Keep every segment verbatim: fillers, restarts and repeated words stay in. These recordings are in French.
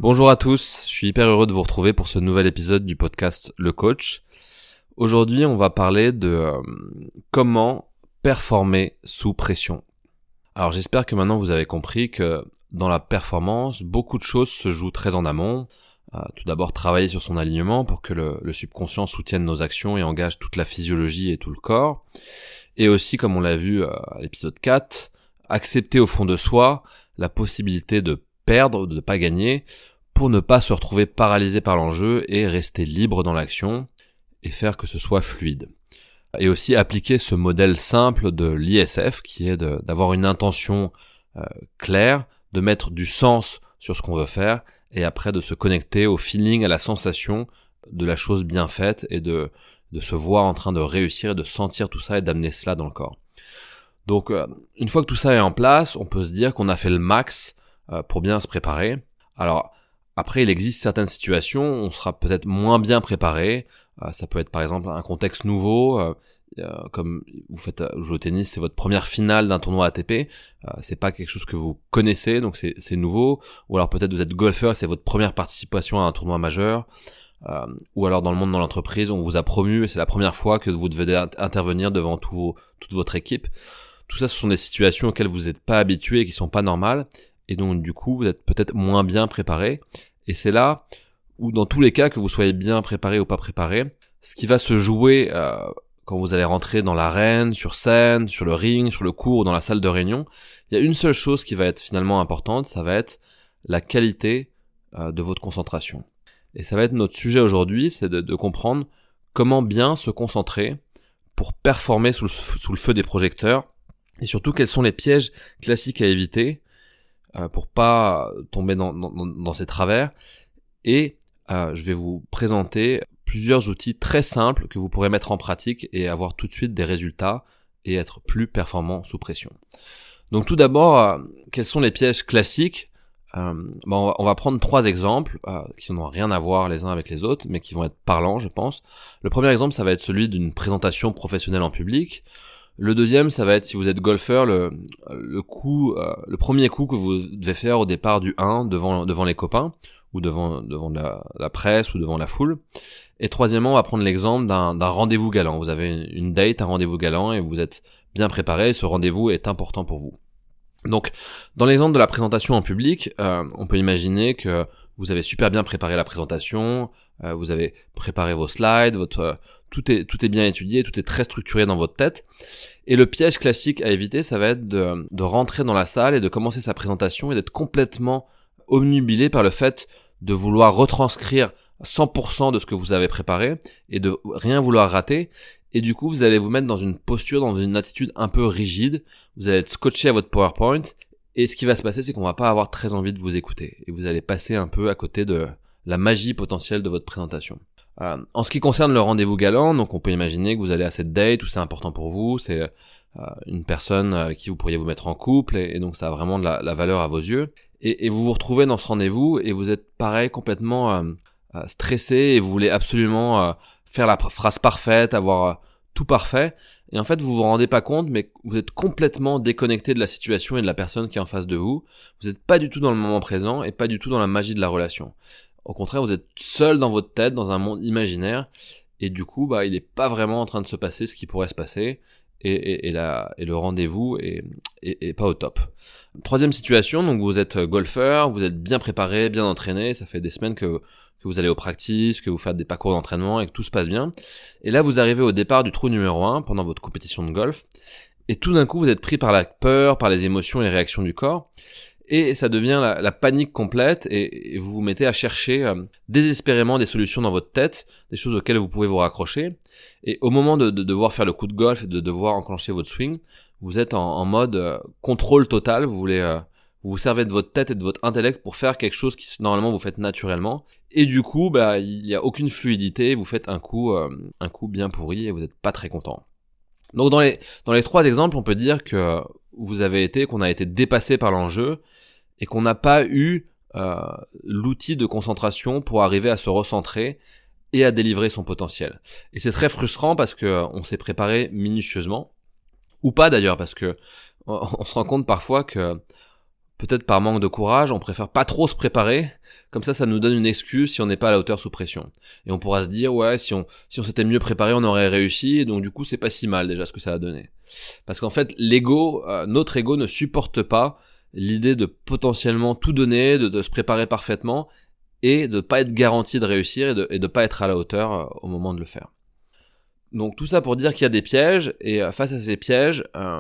Bonjour à tous, je suis hyper heureux de vous retrouver pour ce nouvel épisode du podcast Le Coach. Aujourd'hui, on va parler de euh, comment performer sous pression. Alors j'espère que maintenant vous avez compris que dans la performance, beaucoup de choses se jouent très en amont. Euh, tout d'abord, travailler sur son alignement pour que le, le subconscient soutienne nos actions et engage toute la physiologie et tout le corps. Et aussi, comme on l'a vu euh, à l'épisode quatre, accepter au fond de soi la possibilité de perdre, de ne pas gagner, pour ne pas se retrouver paralysé par l'enjeu et rester libre dans l'action et faire que ce soit fluide. Et aussi appliquer ce modèle simple de l'I S F qui est de, d'avoir une intention euh, claire, de mettre du sens sur ce qu'on veut faire et après de se connecter au feeling, à la sensation de la chose bien faite et de, de se voir en train de réussir et de sentir tout ça et d'amener cela dans le corps. Donc euh, une fois que tout ça est en place, on peut se dire qu'on a fait le max euh, pour bien se préparer. Alors après, il existe certaines situations où on sera peut-être moins bien préparé. Euh, ça peut être par exemple un contexte nouveau, euh, euh, comme vous faites euh, jouer au tennis, c'est votre première finale d'un tournoi A T P. Euh, c'est pas quelque chose que vous connaissez, donc c'est, c'est nouveau. Ou alors peut-être vous êtes golfeur, c'est votre première participation à un tournoi majeur. Euh, ou alors dans le monde de l'entreprise, on vous a promu et c'est la première fois que vous devez intervenir devant tout vos, toute votre équipe. Tout ça, ce sont des situations auxquelles vous n'êtes pas habitué et qui sont pas normales. Et donc du coup, vous êtes peut-être moins bien préparé. Et c'est là où, dans tous les cas, que vous soyez bien préparé ou pas préparé, ce qui va se jouer euh, quand vous allez rentrer dans l'arène, sur scène, sur le ring, sur le court ou dans la salle de réunion, il y a une seule chose qui va être finalement importante, ça va être la qualité euh, de votre concentration. Et ça va être notre sujet aujourd'hui, c'est de, de comprendre comment bien se concentrer pour performer sous le, sous le feu des projecteurs, et surtout quels sont les pièges classiques à éviter euh, pour pas tomber dans, dans, dans ces travers. Et euh, je vais vous présenter plusieurs outils très simples que vous pourrez mettre en pratique et avoir tout de suite des résultats et être plus performant sous pression. Donc tout d'abord, euh, quels sont les pièges classiques ? euh, ben on, va, on va prendre trois exemples euh, qui n'ont rien à voir les uns avec les autres, mais qui vont être parlants, je pense. Le premier exemple, ça va être celui d'une présentation professionnelle en public. Le deuxième, ça va être si vous êtes golfeur, le, le coup, euh, le premier coup que vous devez faire au départ du un devant devant les copains ou devant devant la, la presse ou devant la foule. Et troisièmement, on va prendre l'exemple d'un, d'un rendez-vous galant. Vous avez une date, un rendez-vous galant et vous êtes bien préparé. Ce rendez-vous est important pour vous. Donc, dans l'exemple de la présentation en public, euh, on peut imaginer que vous avez super bien préparé la présentation, euh, vous avez préparé vos slides, votre euh, tout est tout est bien étudié, tout est très structuré dans votre tête. Et le piège classique à éviter, ça va être de, de rentrer dans la salle et de commencer sa présentation et d'être complètement obnubilé par le fait de vouloir retranscrire cent pour cent de ce que vous avez préparé et de rien vouloir rater. Et du coup, vous allez vous mettre dans une posture, dans une attitude un peu rigide. Vous allez être scotché à votre PowerPoint. Et ce qui va se passer, c'est qu'on va pas avoir très envie de vous écouter. Et vous allez passer un peu à côté de la magie potentielle de votre présentation. Euh, en ce qui concerne le rendez-vous galant, donc on peut imaginer que vous allez à cette date où c'est important pour vous. C'est euh, une personne avec qui vous pourriez vous mettre en couple. Et, et donc ça a vraiment de la, la valeur à vos yeux. Et, et vous vous retrouvez dans ce rendez-vous et vous êtes pareil, complètement euh, euh, stressé. Et vous voulez absolument euh, faire la phrase parfaite, avoir euh, tout parfait. Et en fait, vous vous rendez pas compte, mais vous êtes complètement déconnecté de la situation et de la personne qui est en face de vous. Vous n'êtes pas du tout dans le moment présent et pas du tout dans la magie de la relation. Au contraire, vous êtes seul dans votre tête, dans un monde imaginaire. Et du coup, bah, il est pas vraiment en train de se passer ce qui pourrait se passer. Et, et, et, la, et le rendez-vous est, est, est pas au top. Troisième situation, donc vous êtes golfeur, vous êtes bien préparé, bien entraîné. Ça fait des semaines que que vous allez au practice, que vous faites des parcours d'entraînement et que tout se passe bien. Et là, vous arrivez au départ du trou numéro un pendant votre compétition de golf. Et tout d'un coup, vous êtes pris par la peur, par les émotions et les réactions du corps. Et ça devient la, la panique complète et, et vous vous mettez à chercher euh, désespérément des solutions dans votre tête, des choses auxquelles vous pouvez vous raccrocher. Et au moment de, de devoir faire le coup de golf et de devoir enclencher votre swing, vous êtes en, en mode euh, contrôle total. Vous voulez... Euh, vous vous servez de votre tête et de votre intellect pour faire quelque chose qui normalement vous faites naturellement. Et du coup, bah, il y a aucune fluidité. Vous faites un coup, euh, un coup bien pourri et vous n'êtes pas très content. Donc dans les dans les trois exemples, on peut dire que vous avez été, qu'on a été dépassé par l'enjeu et qu'on n'a pas eu euh, l'outil de concentration pour arriver à se recentrer et à délivrer son potentiel. Et c'est très frustrant parce que on s'est préparé minutieusement, ou pas d'ailleurs, parce que on, on se rend compte parfois que peut-être par manque de courage, on préfère pas trop se préparer. Comme ça, ça nous donne une excuse si on n'est pas à la hauteur sous pression. Et on pourra se dire, ouais, si on si on s'était mieux préparé, on aurait réussi. Et donc du coup, c'est pas si mal déjà ce que ça a donné. Parce qu'en fait, l'ego, euh, notre ego ne supporte pas l'idée de potentiellement tout donner, de, de se préparer parfaitement et de pas être garanti de réussir et de et de pas être à la hauteur euh, au moment de le faire. Donc tout ça pour dire qu'il y a des pièges, et euh, face à ces pièges, euh,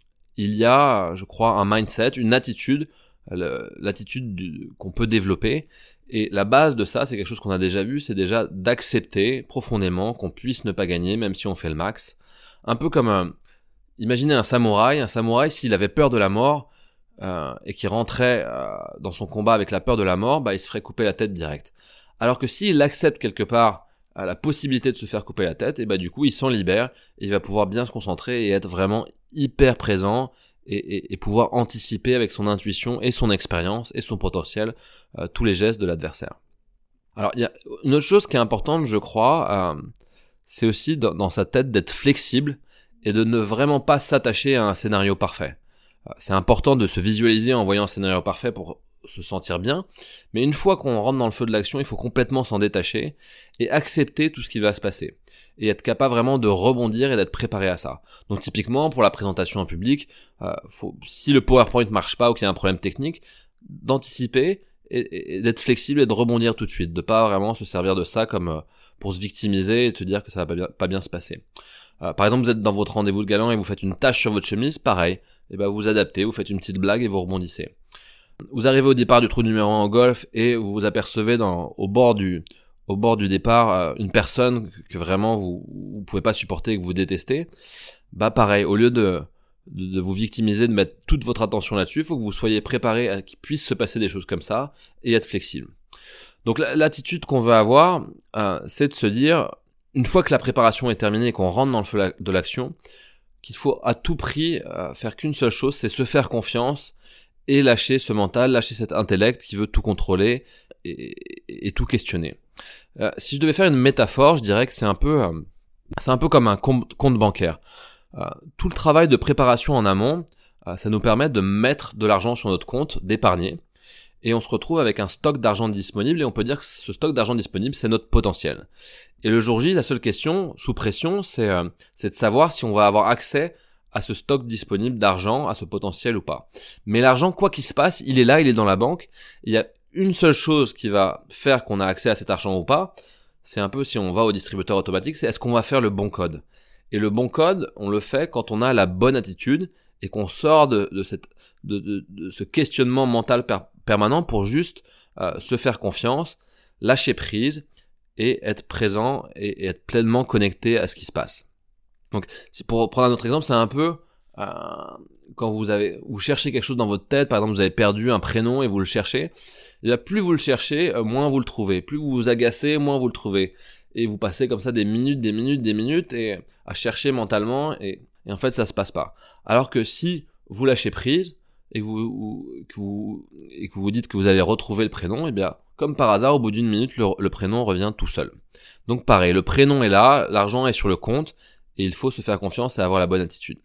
il y a, je crois, un mindset, une attitude, le, l'attitude du, qu'on peut développer. Et la base de ça, c'est quelque chose qu'on a déjà vu, c'est déjà d'accepter profondément qu'on puisse ne pas gagner, même si on fait le max. Un peu comme, un, imaginez un samouraï, un samouraï, s'il avait peur de la mort, euh, et qu'il rentrait euh, dans son combat avec la peur de la mort, bah il se ferait couper la tête direct. Alors que s'il accepte quelque part à la possibilité de se faire couper la tête, et bah du coup il s'en libère, et il va pouvoir bien se concentrer et être vraiment hyper présent et, et, et pouvoir anticiper avec son intuition et son expérience et son potentiel euh, tous les gestes de l'adversaire. Alors il y a une autre chose qui est importante, je crois, euh, c'est aussi dans, dans sa tête d'être flexible et de ne vraiment pas s'attacher à un scénario parfait. Euh, c'est important de se visualiser en voyant un scénario parfait pour se sentir bien, mais une fois qu'on rentre dans le feu de l'action, il faut complètement s'en détacher et accepter tout ce qui va se passer et être capable vraiment de rebondir et d'être préparé à ça. Donc typiquement pour la présentation en public, euh, faut, si le PowerPoint marche pas ou qu'il y a un problème technique, d'anticiper et, et d'être flexible et de rebondir tout de suite, de pas vraiment se servir de ça comme euh, pour se victimiser et te dire que ça va pas bien, pas bien se passer. Euh, par exemple, vous êtes dans votre rendez-vous de galant et vous faites une tache sur votre chemise, pareil, et ben vous vous adaptez, vous faites une petite blague et vous rebondissez. Vous arrivez au départ du trou numéro un en golf et vous vous apercevez dans, au bord du, au bord du départ, euh, une personne que, que vraiment vous, vous pouvez pas supporter et que vous détestez. Bah pareil, au lieu de, de, de vous victimiser, de mettre toute votre attention là-dessus, il faut que vous soyez préparé à qu'il puisse se passer des choses comme ça et être flexible. Donc l'attitude qu'on veut avoir, euh, c'est de se dire, une fois que la préparation est terminée et qu'on rentre dans le feu de l'action, qu'il faut à tout prix euh, faire qu'une seule chose, c'est se faire confiance et lâcher ce mental, lâcher cet intellect qui veut tout contrôler et, et, et tout questionner. Euh, si je devais faire une métaphore, je dirais que c'est un peu, euh, c'est un peu comme un compte, compte bancaire. Euh, tout le travail de préparation en amont, euh, ça nous permet de mettre de l'argent sur notre compte, d'épargner, et on se retrouve avec un stock d'argent disponible, et on peut dire que ce stock d'argent disponible, c'est notre potentiel. Et le jour J, la seule question, sous pression, c'est, euh, c'est de savoir si on va avoir accès à ce stock disponible d'argent, à ce potentiel ou pas. Mais l'argent, quoi qu'il se passe, il est là, il est dans la banque. Il y a une seule chose qui va faire qu'on a accès à cet argent ou pas, c'est un peu si on va au distributeur automatique, c'est est-ce qu'on va faire le bon code. Et le bon code, on le fait quand on a la bonne attitude et qu'on sort de, de, cette, de, de, de ce questionnement mental per, permanent pour juste euh, se faire confiance, lâcher prise et être présent et, et être pleinement connecté à ce qui se passe. Donc, pour prendre un autre exemple, c'est un peu euh, quand vous avez vous cherchez quelque chose dans votre tête, par exemple vous avez perdu un prénom et vous le cherchez, et bien plus vous le cherchez, euh, moins vous le trouvez. Plus vous vous agacez, moins vous le trouvez. Et vous passez comme ça des minutes, des minutes, des minutes et à chercher mentalement et, et en fait ça se passe pas. Alors que si vous lâchez prise et que vous, que vous et que vous vous dites que vous allez retrouver le prénom, et bien comme par hasard au bout d'une minute le, le prénom revient tout seul. Donc pareil, le prénom est là, l'argent est sur le compte. Et il faut se faire confiance et avoir la bonne attitude.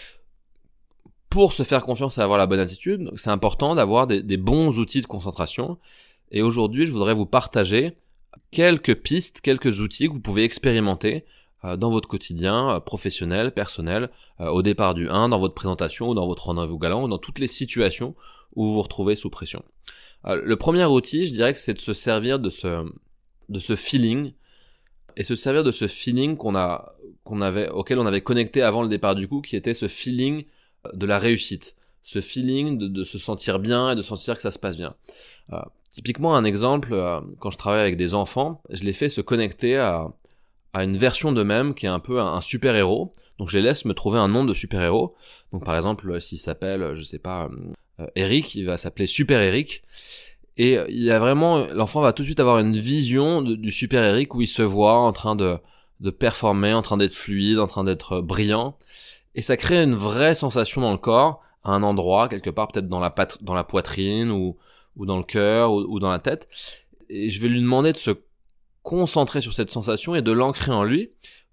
Pour se faire confiance et avoir la bonne attitude, c'est important d'avoir des, des bons outils de concentration. Et aujourd'hui, je voudrais vous partager quelques pistes, quelques outils que vous pouvez expérimenter euh, dans votre quotidien euh, professionnel, personnel, euh, au départ du un, dans votre présentation ou dans votre rendez-vous galant ou dans toutes les situations où vous vous retrouvez sous pression. Euh, le premier outil, je dirais que c'est de se servir de ce, de ce feeling et se servir de ce feeling qu'on a, qu'on avait, auquel on avait connecté avant le départ du coup, qui était ce feeling de la réussite, ce feeling de, de se sentir bien et de sentir que ça se passe bien. Euh, typiquement un exemple, euh, quand je travaille avec des enfants, je les fais se connecter à, à une version d'eux-mêmes qui est un peu un, un super-héros. Donc je les laisse me trouver un nom de super-héros. Donc par exemple, s'il s'appelle, je sais pas, euh, Eric, il va s'appeler Super Eric. Et il y a vraiment, l'enfant va tout de suite avoir une vision de, du Super Eric où il se voit en train de, de performer, en train d'être fluide, en train d'être brillant. Et ça crée une vraie sensation dans le corps, à un endroit, quelque part, peut-être dans la pat- dans la poitrine, ou, ou dans le cœur, ou, ou dans la tête. Et je vais lui demander de se concentrer sur cette sensation et de l'ancrer en lui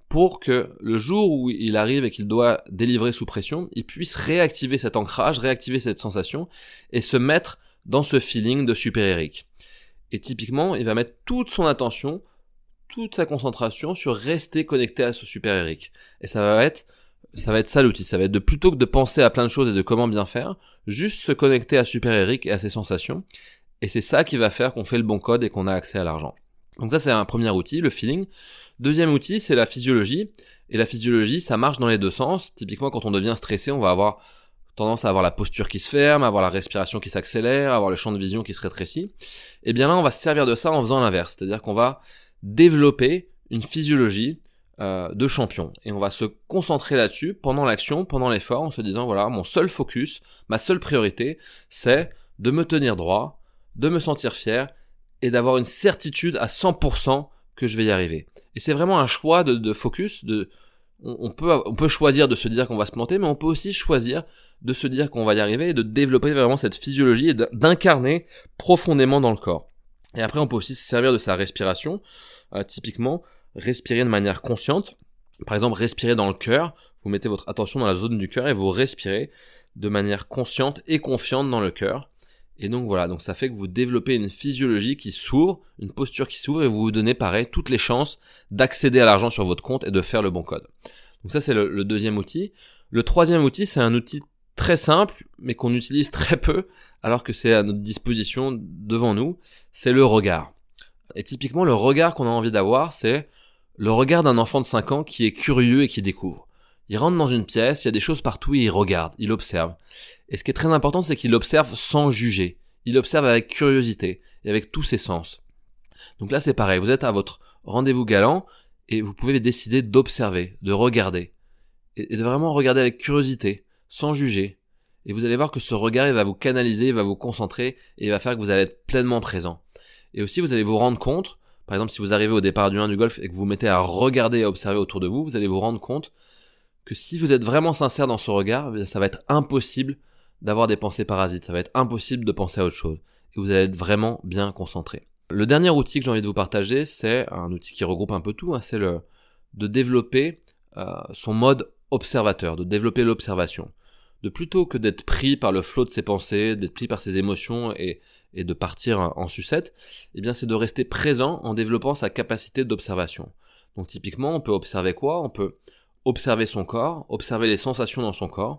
pour que le jour où il arrive et qu'il doit délivrer sous pression, il puisse réactiver cet ancrage, réactiver cette sensation et se mettre dans ce feeling de Super Eric. Et typiquement, il va mettre toute son attention, toute sa concentration sur rester connecté à ce Super Eric. Et ça va être ça va être ça l'outil, ça va être de plutôt que de penser à plein de choses et de comment bien faire, juste se connecter à Super Eric et à ses sensations. Et c'est ça qui va faire qu'on fait le bon code et qu'on a accès à l'argent. Donc ça, c'est un premier outil, le feeling. Deuxième outil, c'est la physiologie. Et la physiologie, ça marche dans les deux sens. Typiquement, quand on devient stressé, on va avoir tendance à avoir la posture qui se ferme, à avoir la respiration qui s'accélère, à avoir le champ de vision qui se rétrécit. Et bien là, on va se servir de ça en faisant l'inverse. C'est-à-dire qu'on va développer une physiologie euh, de champion. Et on va se concentrer là-dessus pendant l'action, pendant l'effort, en se disant, voilà, mon seul focus, ma seule priorité, c'est de me tenir droit, de me sentir fier et d'avoir une certitude à cent pour cent que je vais y arriver. Et c'est vraiment un choix de, de focus, de, on, on, peut, on peut choisir de se dire qu'on va se planter, mais on peut aussi choisir de se dire qu'on va y arriver et de développer vraiment cette physiologie et d'incarner profondément dans le corps. Et après, on peut aussi se servir de sa respiration, euh, typiquement respirer de manière consciente. Par exemple, respirer dans le cœur, vous mettez votre attention dans la zone du cœur et vous respirez de manière consciente et confiante dans le cœur. Et donc voilà, donc ça fait que vous développez une physiologie qui s'ouvre, une posture qui s'ouvre et vous vous donnez pareil toutes les chances d'accéder à l'argent sur votre compte et de faire le bon code. Donc ça c'est le, le deuxième outil. Le troisième outil, c'est un outil très simple mais qu'on utilise très peu alors que c'est à notre disposition devant nous, c'est le regard. Et typiquement le regard qu'on a envie d'avoir, c'est le regard d'un enfant de cinq ans qui est curieux et qui découvre. Il rentre dans une pièce, il y a des choses partout et il regarde, il observe. Et ce qui est très important, c'est qu'il observe sans juger. Il observe avec curiosité et avec tous ses sens. Donc là, c'est pareil. Vous êtes à votre rendez-vous galant et vous pouvez décider d'observer, de regarder. Et de vraiment regarder avec curiosité, sans juger. Et vous allez voir que ce regard, il va vous canaliser, il va vous concentrer et il va faire que vous allez être pleinement présent. Et aussi, vous allez vous rendre compte, par exemple, si vous arrivez au départ du un du golf et que vous vous mettez à regarder et à observer autour de vous, vous allez vous rendre compte que si vous êtes vraiment sincère dans ce regard, ça va être impossible d'avoir des pensées parasites, ça va être impossible de penser à autre chose, et vous allez être vraiment bien concentré. Le dernier outil que j'ai envie de vous partager, c'est un outil qui regroupe un peu tout, hein, c'est le de développer euh, son mode observateur, de développer l'observation, de plutôt que d'être pris par le flot de ses pensées, d'être pris par ses émotions et, et de partir en sucette, eh bien c'est de rester présent en développant sa capacité d'observation. Donc typiquement, on peut observer quoi ? On peut observer son corps, observer les sensations dans son corps.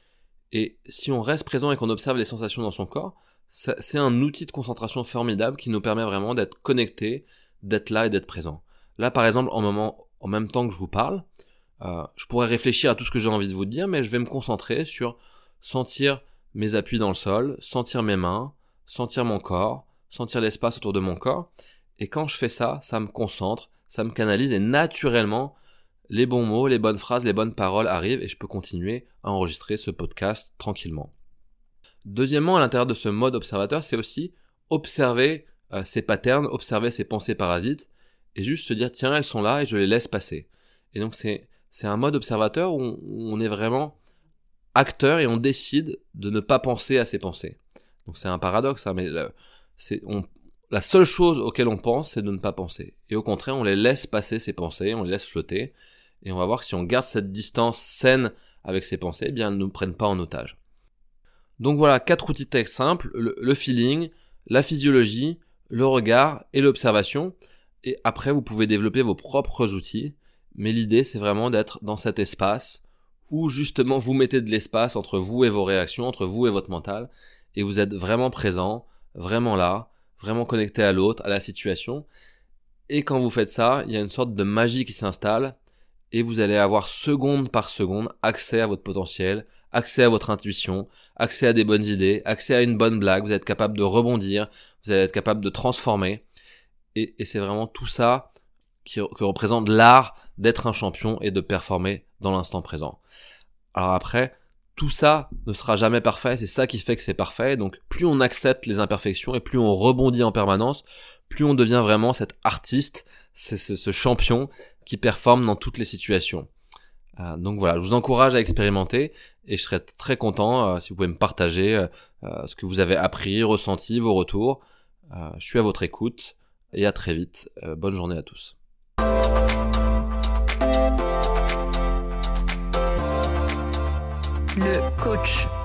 Et si on reste présent et qu'on observe les sensations dans son corps, ça, c'est un outil de concentration formidable qui nous permet vraiment d'être connecté, d'être là et d'être présent. Là, par exemple, en, moment, en même temps que je vous parle, euh, je pourrais réfléchir à tout ce que j'ai envie de vous dire, mais je vais me concentrer sur sentir mes appuis dans le sol, sentir mes mains, sentir mon corps, sentir l'espace autour de mon corps. Et quand je fais ça, ça me concentre, ça me canalise et naturellement, les bons mots, les bonnes phrases, les bonnes paroles arrivent et je peux continuer à enregistrer ce podcast tranquillement. Deuxièmement, à l'intérieur de ce mode observateur, c'est aussi observer euh, ces patterns, observer ces pensées parasites et juste se dire tiens, elles sont là et je les laisse passer. Et donc c'est c'est un mode observateur où on, où on est vraiment acteur et on décide de ne pas penser à ces pensées. Donc c'est un paradoxe, hein, mais le, c'est on la seule chose auquel on pense, c'est de ne pas penser. Et au contraire, on les laisse passer ces pensées, on les laisse flotter. Et on va voir que si on garde cette distance saine avec ces pensées, eh bien, elles ne nous prennent pas en otage. Donc voilà, quatre outils texte simples, le, le feeling, la physiologie, le regard et l'observation. Et après, vous pouvez développer vos propres outils. Mais l'idée, c'est vraiment d'être dans cet espace où justement vous mettez de l'espace entre vous et vos réactions, entre vous et votre mental. Et vous êtes vraiment présent, vraiment là, vraiment connecté à l'autre, à la situation. Et quand vous faites ça, il y a une sorte de magie qui s'installe et vous allez avoir seconde par seconde accès à votre potentiel, accès à votre intuition, accès à des bonnes idées, accès à une bonne blague, vous allez être capable de rebondir, vous allez être capable de transformer. Et, et c'est vraiment tout ça qui, qui représente l'art d'être un champion et de performer dans l'instant présent. Alors après, tout ça ne sera jamais parfait, c'est ça qui fait que c'est parfait. Donc plus on accepte les imperfections et plus on rebondit en permanence, plus on devient vraiment cet artiste, c'est ce, ce champion qui performe dans toutes les situations. Euh, donc voilà, je vous encourage à expérimenter et je serai très content euh, si vous pouvez me partager euh, ce que vous avez appris, ressenti, vos retours. Euh, je suis à votre écoute et à très vite. Euh, bonne journée à tous. Le coach.